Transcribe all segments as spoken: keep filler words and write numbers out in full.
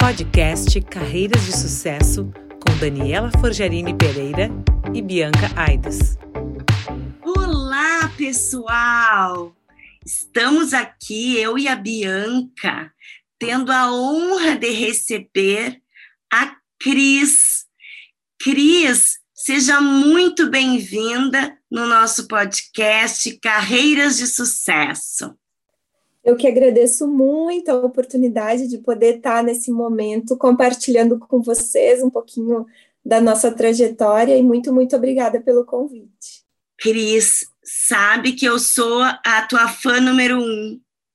Podcast Carreiras de Sucesso com Daniela Forgiarini Pereira e Bianca Aides. Olá, pessoal! Estamos aqui, eu e a Bianca, tendo a honra de receber a Cris. Cris, seja muito bem-vinda no nosso podcast Carreiras de Sucesso. Eu que agradeço muito a oportunidade de poder estar nesse momento compartilhando com vocês um pouquinho da nossa trajetória e muito, muito obrigada pelo convite. Cris, sabe que eu sou a tua fã número um.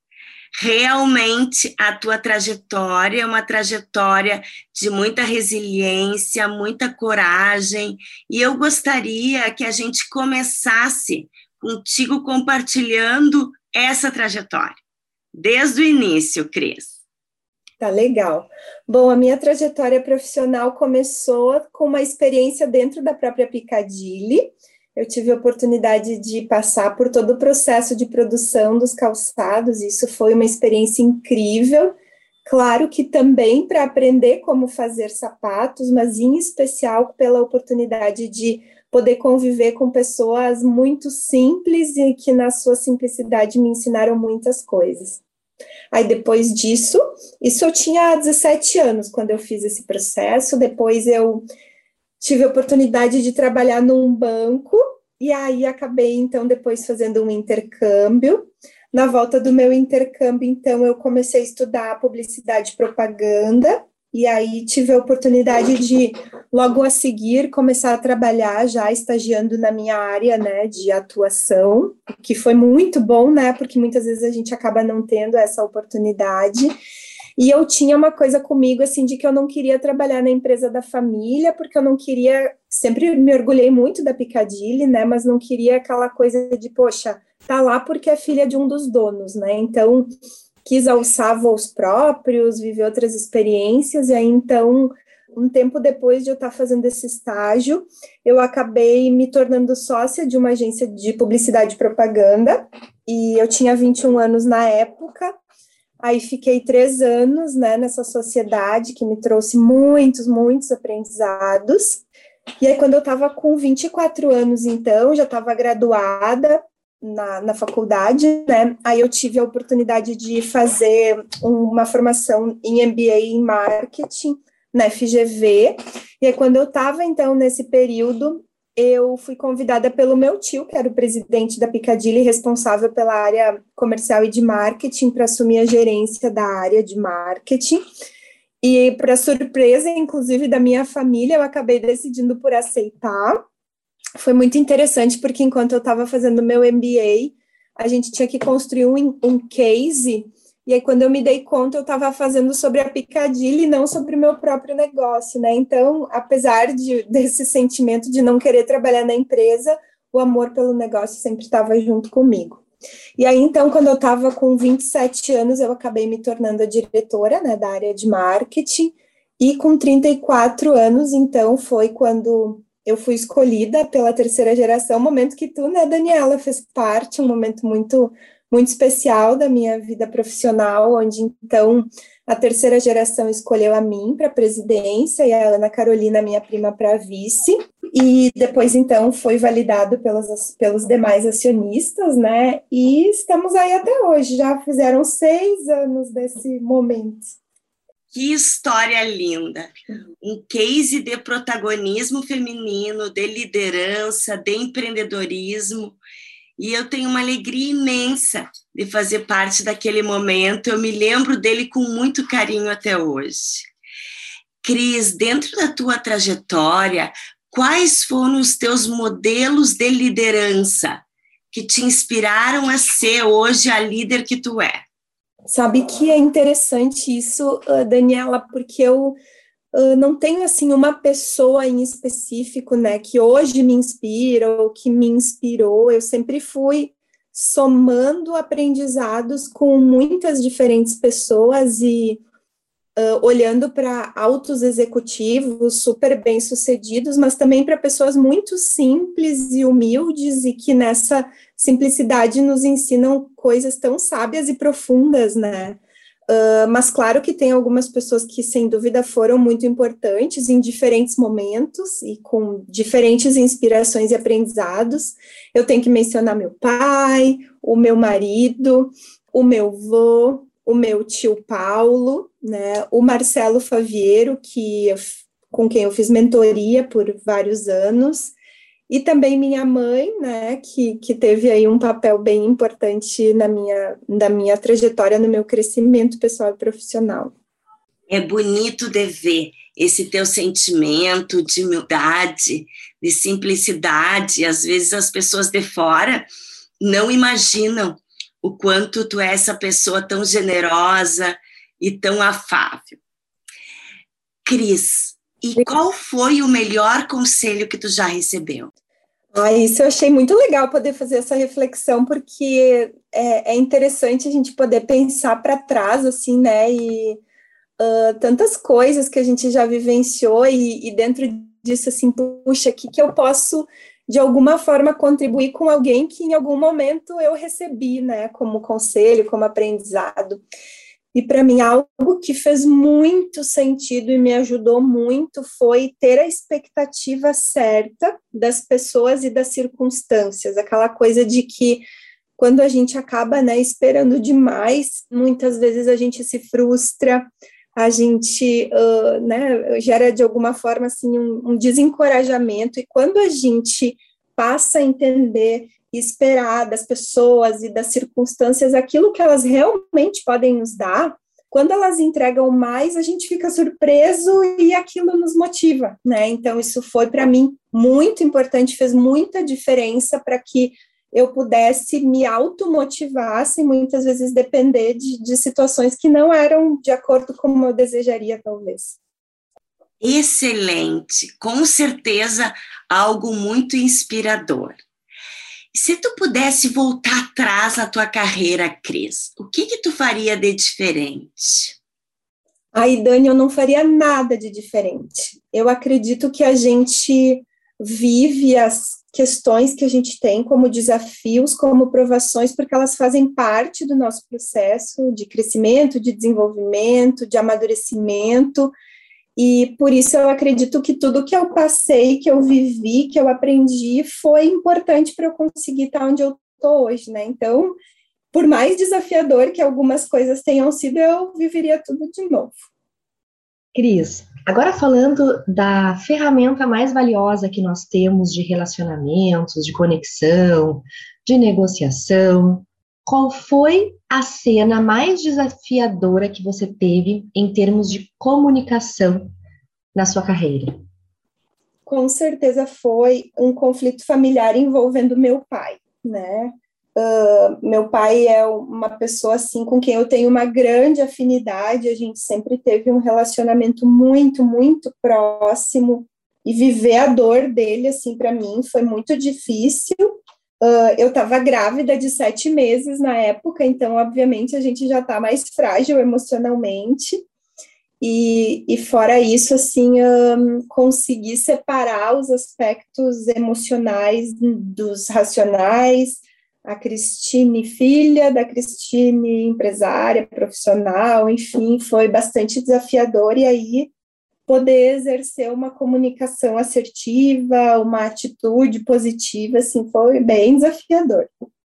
Realmente a tua trajetória é uma trajetória de muita resiliência, muita coragem, e eu gostaria que a gente começasse contigo compartilhando essa trajetória. Desde o início, Cris. Tá legal. Bom, a minha trajetória profissional começou com uma experiência dentro da própria Piccadilly. Eu tive a oportunidade de passar por todo o processo de produção dos calçados, isso foi uma experiência incrível. Claro que também para aprender como fazer sapatos, mas em especial pela oportunidade de poder conviver com pessoas muito simples e que na sua simplicidade me ensinaram muitas coisas. Aí depois disso, isso eu tinha dezessete anos quando eu fiz esse processo, depois eu tive a oportunidade de trabalhar num banco, e aí acabei então depois fazendo um intercâmbio. Na volta do meu intercâmbio, então, eu comecei a estudar publicidade e propaganda, e aí tive a oportunidade de, logo a seguir, começar a trabalhar já estagiando na minha área, né, de atuação, que foi muito bom, né, porque muitas vezes a gente acaba não tendo essa oportunidade. E eu tinha uma coisa comigo, assim, de que eu não queria trabalhar na empresa da família, porque eu não queria, sempre me orgulhei muito da Piccadilly, né, mas não queria aquela coisa de, poxa, tá lá porque é filha de um dos donos, né, então quis alçar voos próprios, viver outras experiências, e aí então, um tempo depois de eu estar fazendo esse estágio, eu acabei me tornando sócia de uma agência de publicidade e propaganda, e eu tinha vinte e um anos na época. Aí fiquei três anos, né, nessa sociedade que me trouxe muitos, muitos aprendizados. E aí, quando eu estava com vinte e quatro anos, então, já estava graduada na, na faculdade, né, aí eu tive a oportunidade de fazer uma formação em M B A em Marketing, na F G V. E aí, quando eu estava, então, nesse período, eu fui convidada pelo meu tio, que era o presidente da Piccadilly, responsável pela área comercial e de marketing, para assumir a gerência da área de marketing. E, para surpresa, inclusive, da minha família, eu acabei decidindo por aceitar. Foi muito interessante, porque enquanto eu estava fazendo meu M B A, a gente tinha que construir um, um case. E aí, quando eu me dei conta, eu estava fazendo sobre a Piccadilly e não sobre o meu próprio negócio, né? Então, apesar de, desse sentimento de não querer trabalhar na empresa, o amor pelo negócio sempre estava junto comigo. E aí, então, quando eu estava com vinte e sete anos, eu acabei me tornando a diretora, né, da área de marketing. E com trinta e quatro anos, então, foi quando eu fui escolhida pela terceira geração, um momento que tu, né, Daniela, fez parte, um momento muito... muito especial da minha vida profissional, onde, então, a terceira geração escolheu a mim para a presidência e a Ana Carolina, minha prima, para vice, e depois, então, foi validado pelos, pelos demais acionistas, né, e estamos aí até hoje, já fizeram seis anos desse momento. Que história linda! Um case de protagonismo feminino, de liderança, de empreendedorismo. E eu tenho uma alegria imensa de fazer parte daquele momento. Eu me lembro dele com muito carinho até hoje. Cris, dentro da tua trajetória, quais foram os teus modelos de liderança que te inspiraram a ser hoje a líder que tu é? Sabe que é interessante isso, Daniela, porque eu Uh, não tenho, assim, uma pessoa em específico, né, que hoje me inspira ou que me inspirou. Eu sempre fui somando aprendizados com muitas diferentes pessoas e uh, olhando para altos executivos super bem-sucedidos, mas também para pessoas muito simples e humildes e que nessa simplicidade nos ensinam coisas tão sábias e profundas, né? Uh, mas claro que tem algumas pessoas que, sem dúvida, foram muito importantes em diferentes momentos e com diferentes inspirações e aprendizados. Eu tenho que mencionar meu pai, o meu marido, o meu avô, o meu tio Paulo, né, o Marcelo Faviero, que eu, com quem eu fiz mentoria por vários anos, e também minha mãe, né, que, que teve aí um papel bem importante na minha, na minha trajetória, no meu crescimento pessoal e profissional. É bonito de ver esse teu sentimento de humildade, de simplicidade. Às vezes as pessoas de fora não imaginam o quanto tu é essa pessoa tão generosa e tão afável. Cris, e qual foi o melhor conselho que tu já recebeu? Ah, isso eu achei muito legal poder fazer essa reflexão, porque é, é interessante a gente poder pensar para trás, assim, né, e uh, tantas coisas que a gente já vivenciou e, e dentro disso, assim, puxa, o que, que eu posso, de alguma forma, contribuir com alguém que em algum momento eu recebi, né, como conselho, como aprendizado. E para mim, algo que fez muito sentido e me ajudou muito foi ter a expectativa certa das pessoas e das circunstâncias, aquela coisa de que quando a gente acaba, né, esperando demais, muitas vezes a gente se frustra, a gente uh, né, gera de alguma forma assim, um, um desencorajamento, e quando a gente passa a entender e esperar das pessoas e das circunstâncias aquilo que elas realmente podem nos dar, quando elas entregam mais, a gente fica surpreso e aquilo nos motiva, né? Então, isso foi, para mim, muito importante, fez muita diferença para que eu pudesse me automotivar, sem muitas vezes depender de, de situações que não eram de acordo com como eu desejaria, talvez. Excelente, com certeza algo muito inspirador. Se tu pudesse voltar atrás na tua carreira, Cris, o que que tu faria de diferente? Aí, Dani, eu não faria nada de diferente. Eu acredito que a gente vive as questões que a gente tem como desafios, como provações, porque elas fazem parte do nosso processo de crescimento, de desenvolvimento, de amadurecimento. E por isso eu acredito que tudo que eu passei, que eu vivi, que eu aprendi, foi importante para eu conseguir estar onde eu estou hoje, né? Então, por mais desafiador que algumas coisas tenham sido, eu viveria tudo de novo. Cris, agora falando da ferramenta mais valiosa que nós temos de relacionamentos, de conexão, de negociação, qual foi a cena mais desafiadora que você teve em termos de comunicação na sua carreira? Com certeza foi um conflito familiar envolvendo meu pai, né? Uh, meu pai é uma pessoa assim com quem eu tenho uma grande afinidade, a gente sempre teve um relacionamento muito, muito próximo, e viver a dor dele, assim, para mim foi muito difícil. Uh, eu estava grávida de sete meses na época, então, obviamente, a gente já está mais frágil emocionalmente, e, e fora isso, assim, um, conseguir separar os aspectos emocionais dos racionais, a Cristine filha, da Cristine empresária, profissional, enfim, foi bastante desafiador, e aí poder exercer uma comunicação assertiva, uma atitude positiva, assim, foi bem desafiador.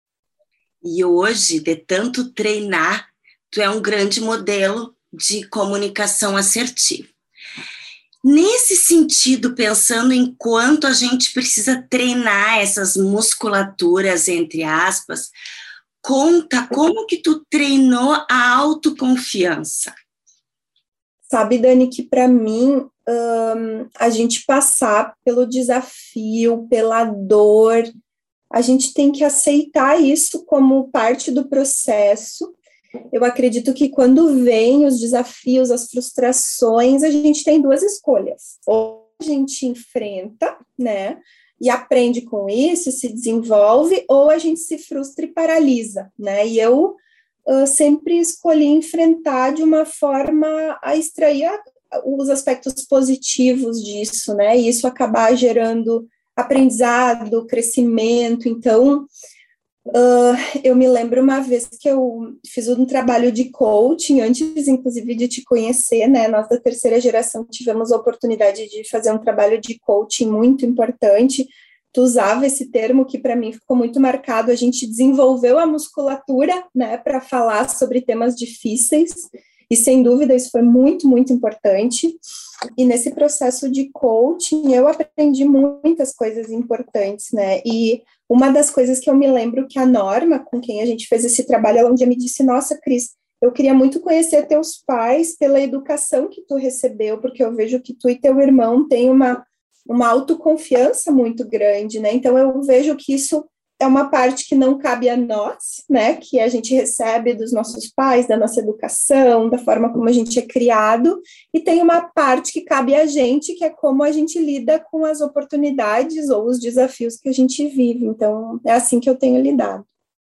E hoje, de tanto treinar, tu é um grande modelo de comunicação assertiva. Nesse sentido, pensando em quanto a gente precisa treinar essas musculaturas, entre aspas, conta como que tu treinou a autoconfiança. Sabe, Dani, que para mim, um, a gente passar pelo desafio, pela dor, a gente tem que aceitar isso como parte do processo. Eu acredito que quando vem os desafios, as frustrações, a gente tem duas escolhas. Ou a gente enfrenta, né, e aprende com isso, se desenvolve, ou a gente se frustra e paralisa, né, e eu uh, sempre escolhi enfrentar de uma forma a extrair a, os aspectos positivos disso, né, e isso acabar gerando aprendizado, crescimento. Então, Uh, eu me lembro uma vez que eu fiz um trabalho de coaching, antes, inclusive, de te conhecer, né? Nós da terceira geração tivemos a oportunidade de fazer um trabalho de coaching muito importante. Tu usava esse termo que para mim ficou muito marcado. A gente desenvolveu a musculatura, né, para falar sobre temas difíceis, e sem dúvida isso foi muito, muito importante. E nesse processo de coaching eu aprendi muitas coisas importantes, né? E uma das coisas que eu me lembro que a Norma, com quem a gente fez esse trabalho, ela um dia me disse: nossa, Cris, eu queria muito conhecer teus pais pela educação que tu recebeu, porque eu vejo que tu e teu irmão têm uma, uma autoconfiança muito grande, né? Então eu vejo que isso é uma parte que não cabe a nós, né? Que a gente recebe dos nossos pais, da nossa educação, da forma como a gente é criado, e tem uma parte que cabe a gente, que é como a gente lida com as oportunidades ou os desafios que a gente vive. Então, é assim que eu tenho lidado.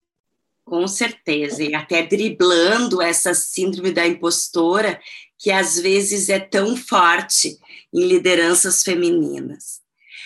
Com certeza, e até driblando essa síndrome da impostora, que às vezes é tão forte em lideranças femininas.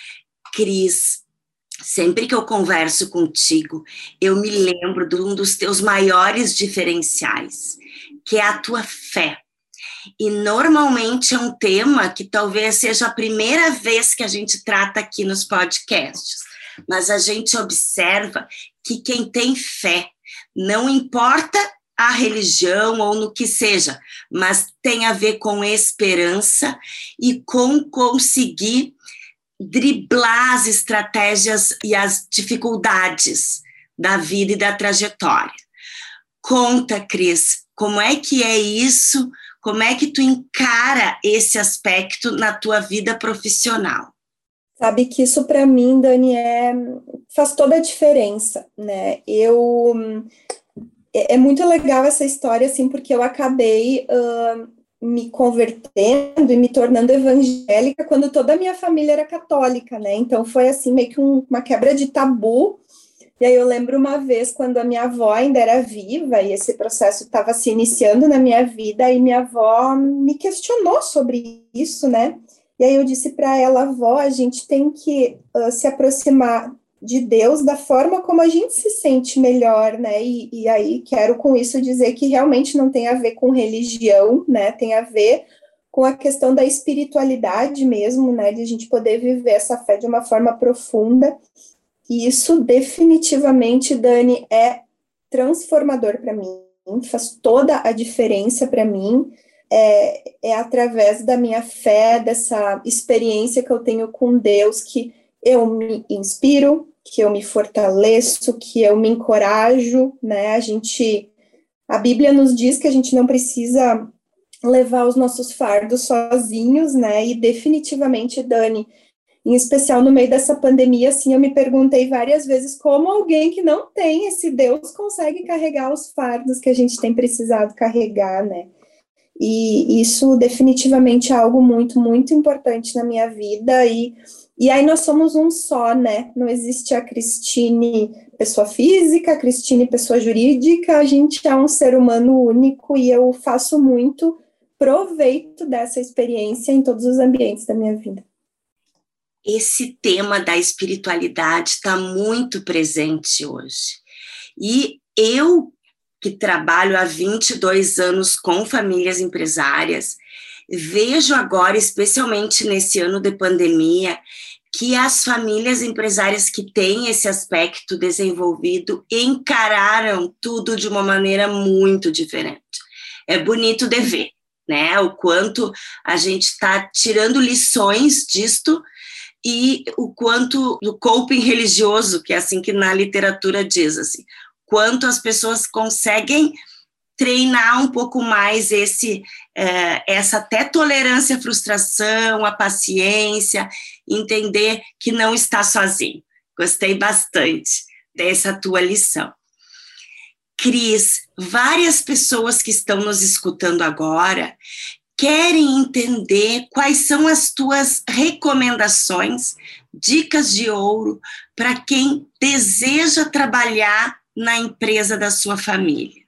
Cris, sempre que eu converso contigo, eu me lembro de um dos teus maiores diferenciais, que é a tua fé. E normalmente é um tema que talvez seja a primeira vez que a gente trata aqui nos podcasts, mas a gente observa que quem tem fé, não importa a religião ou no que seja, mas tem a ver com esperança e com conseguir driblar as estratégias e as dificuldades da vida e da trajetória. Conta, Cris, como é que é isso? Como é que tu encara esse aspecto na tua vida profissional? Sabe que isso para mim, Dani, é, faz toda a diferença, né? Eu, é, é muito legal essa história, assim, porque eu acabei uh, me convertendo e me tornando evangélica quando toda a minha família era católica, né? Então foi assim meio que um, uma quebra de tabu. E aí eu lembro uma vez quando a minha avó ainda era viva e esse processo estava se iniciando na minha vida, e minha avó me questionou sobre isso, né? E aí eu disse para ela: avó, a gente tem que uh, se aproximar de Deus da forma como a gente se sente melhor, né? E, e aí quero com isso dizer que realmente não tem a ver com religião, né? Tem a ver com a questão da espiritualidade mesmo, né? De a gente poder viver essa fé de uma forma profunda. E isso definitivamente, Dani, é transformador para mim, faz toda a diferença para mim. É, é através da minha fé, dessa experiência que eu tenho com Deus, que eu me inspiro, que eu me fortaleço, que eu me encorajo, né? A gente, a Bíblia nos diz que a gente não precisa levar os nossos fardos sozinhos, né? E definitivamente, Dani, em especial no meio dessa pandemia, assim, eu me perguntei várias vezes como alguém que não tem esse Deus consegue carregar os fardos que a gente tem precisado carregar, né? E isso definitivamente é algo muito, muito importante na minha vida, e, e aí nós somos um só, né? Não existe a Cristine pessoa física, a Cristine pessoa jurídica, a gente é um ser humano único, e eu faço muito proveito dessa experiência em todos os ambientes da minha vida. Esse tema da espiritualidade está muito presente hoje. E eu, que trabalho há vinte e dois anos com famílias empresárias, vejo agora, especialmente nesse ano de pandemia, que as famílias empresárias que têm esse aspecto desenvolvido encararam tudo de uma maneira muito diferente. É bonito de ver, né? O quanto a gente está tirando lições disto, e o quanto do coping religioso, que é assim que na literatura diz, assim, quanto as pessoas conseguem treinar um pouco mais esse, eh, essa até tolerância à frustração, à paciência, entender que não está sozinho. Gostei bastante dessa tua lição. Cris, várias pessoas que estão nos escutando agora querem entender quais são as tuas recomendações, dicas de ouro para quem deseja trabalhar na empresa da sua família.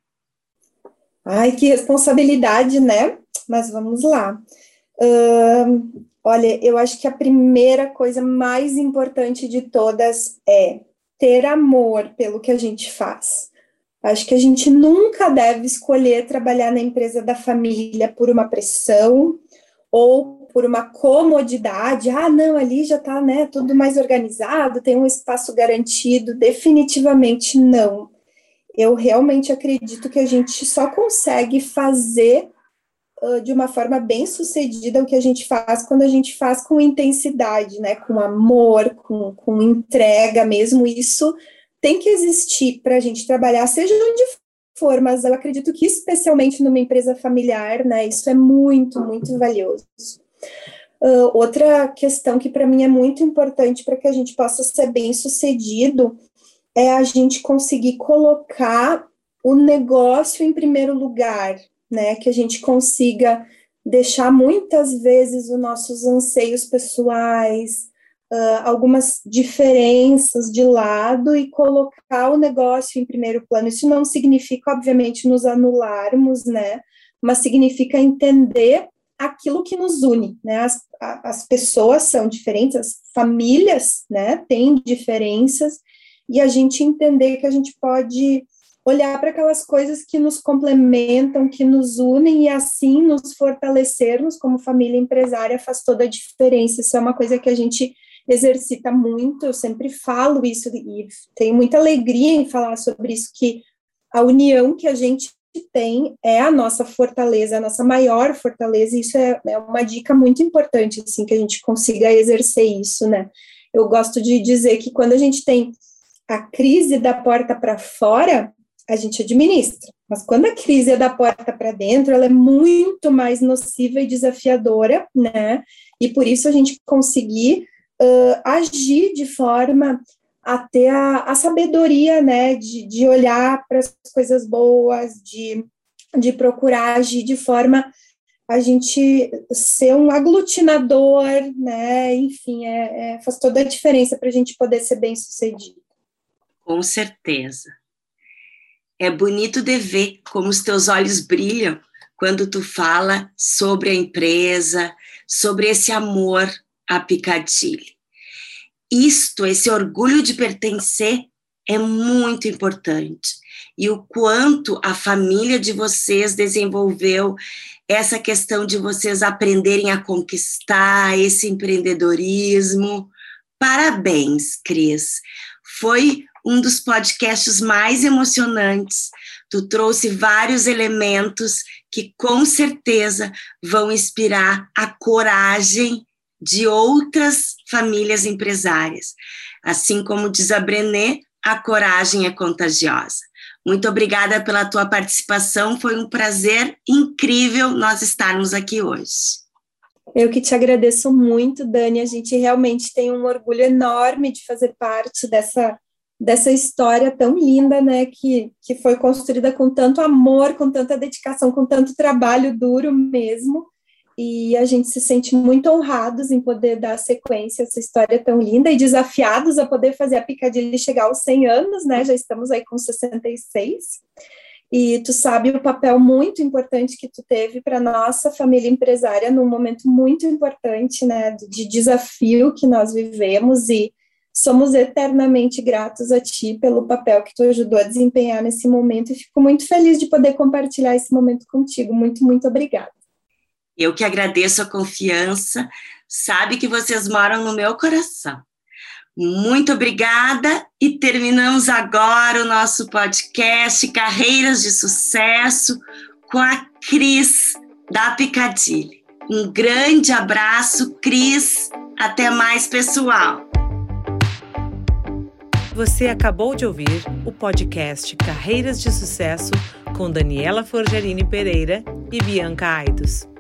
Ai, que responsabilidade, né? Mas vamos lá. Uh, olha, eu acho que a primeira coisa mais importante de todas é ter amor pelo que a gente faz. Acho que a gente nunca deve escolher trabalhar na empresa da família por uma pressão ou por uma comodidade. Ah, não, ali já está, né, tudo mais organizado, tem um espaço garantido. Definitivamente não. Eu realmente acredito que a gente só consegue fazer uh, de uma forma bem sucedida o que a gente faz quando a gente faz com intensidade, né, com amor, com, com entrega mesmo. Isso tem que existir para a gente trabalhar, seja onde for, mas eu acredito que especialmente numa empresa familiar, né, isso é muito, muito valioso. Uh, outra questão que para mim é muito importante para que a gente possa ser bem sucedido é a gente conseguir colocar o negócio em primeiro lugar, né, que a gente consiga deixar muitas vezes os nossos anseios pessoais, uh, algumas diferenças de lado e colocar o negócio em primeiro plano. Isso não significa, obviamente, nos anularmos, né, mas significa entender aquilo que nos une, né, as, as pessoas são diferentes, as famílias, né, têm diferenças, e a gente entender que a gente pode olhar para aquelas coisas que nos complementam, que nos unem, e assim nos fortalecermos como família empresária faz toda a diferença. Isso é uma coisa que a gente exercita muito, eu sempre falo isso, e tenho muita alegria em falar sobre isso, que a união que a gente tem é a nossa fortaleza, a nossa maior fortaleza, e isso é, é uma dica muito importante, assim, que a gente consiga exercer isso, né? Eu gosto de dizer que quando a gente tem a crise da porta para fora, a gente administra, mas quando a crise é da porta para dentro, ela é muito mais nociva e desafiadora, né, e por isso a gente conseguir uh, agir de forma a ter a, a sabedoria, né, de, de olhar para as coisas boas, de, de procurar agir de forma a gente ser um aglutinador, né, enfim, é, é, faz toda a diferença para a gente poder ser bem sucedido. Com certeza. É bonito de ver como os teus olhos brilham quando tu fala sobre a empresa, sobre esse amor à Piccadilly. Isto, esse orgulho de pertencer é muito importante. E o quanto a família de vocês desenvolveu essa questão de vocês aprenderem a conquistar esse empreendedorismo. Parabéns, Cris. Foi um dos podcasts mais emocionantes. Tu trouxe vários elementos que com certeza vão inspirar a coragem de outras famílias empresárias. Assim como diz a Brené, a coragem é contagiosa. Muito obrigada pela tua participação, foi um prazer incrível nós estarmos aqui hoje. Eu que te agradeço muito, Dani, a gente realmente tem um orgulho enorme de fazer parte dessa dessa história tão linda, né, que, que foi construída com tanto amor, com tanta dedicação, com tanto trabalho duro mesmo, e a gente se sente muito honrados em poder dar sequência a essa história tão linda e desafiados a poder fazer a Piccadilly chegar aos cem anos, né, já estamos aí com sessenta e seis, e tu sabe o papel muito importante que tu teve para a nossa família empresária num momento muito importante, né, de desafio que nós vivemos, e somos eternamente gratos a ti pelo papel que tu ajudou a desempenhar nesse momento, e fico muito feliz de poder compartilhar esse momento contigo. Muito, muito obrigada. Eu que agradeço a confiança, sabe que vocês moram no meu coração. Muito obrigada, e terminamos agora o nosso podcast Carreiras de Sucesso com a Cris da Piccadilly. Um grande abraço, Cris. Até mais, pessoal. Você acabou de ouvir o podcast Carreiras de Sucesso com Daniela Forjarini Pereira e Bianca Aidos.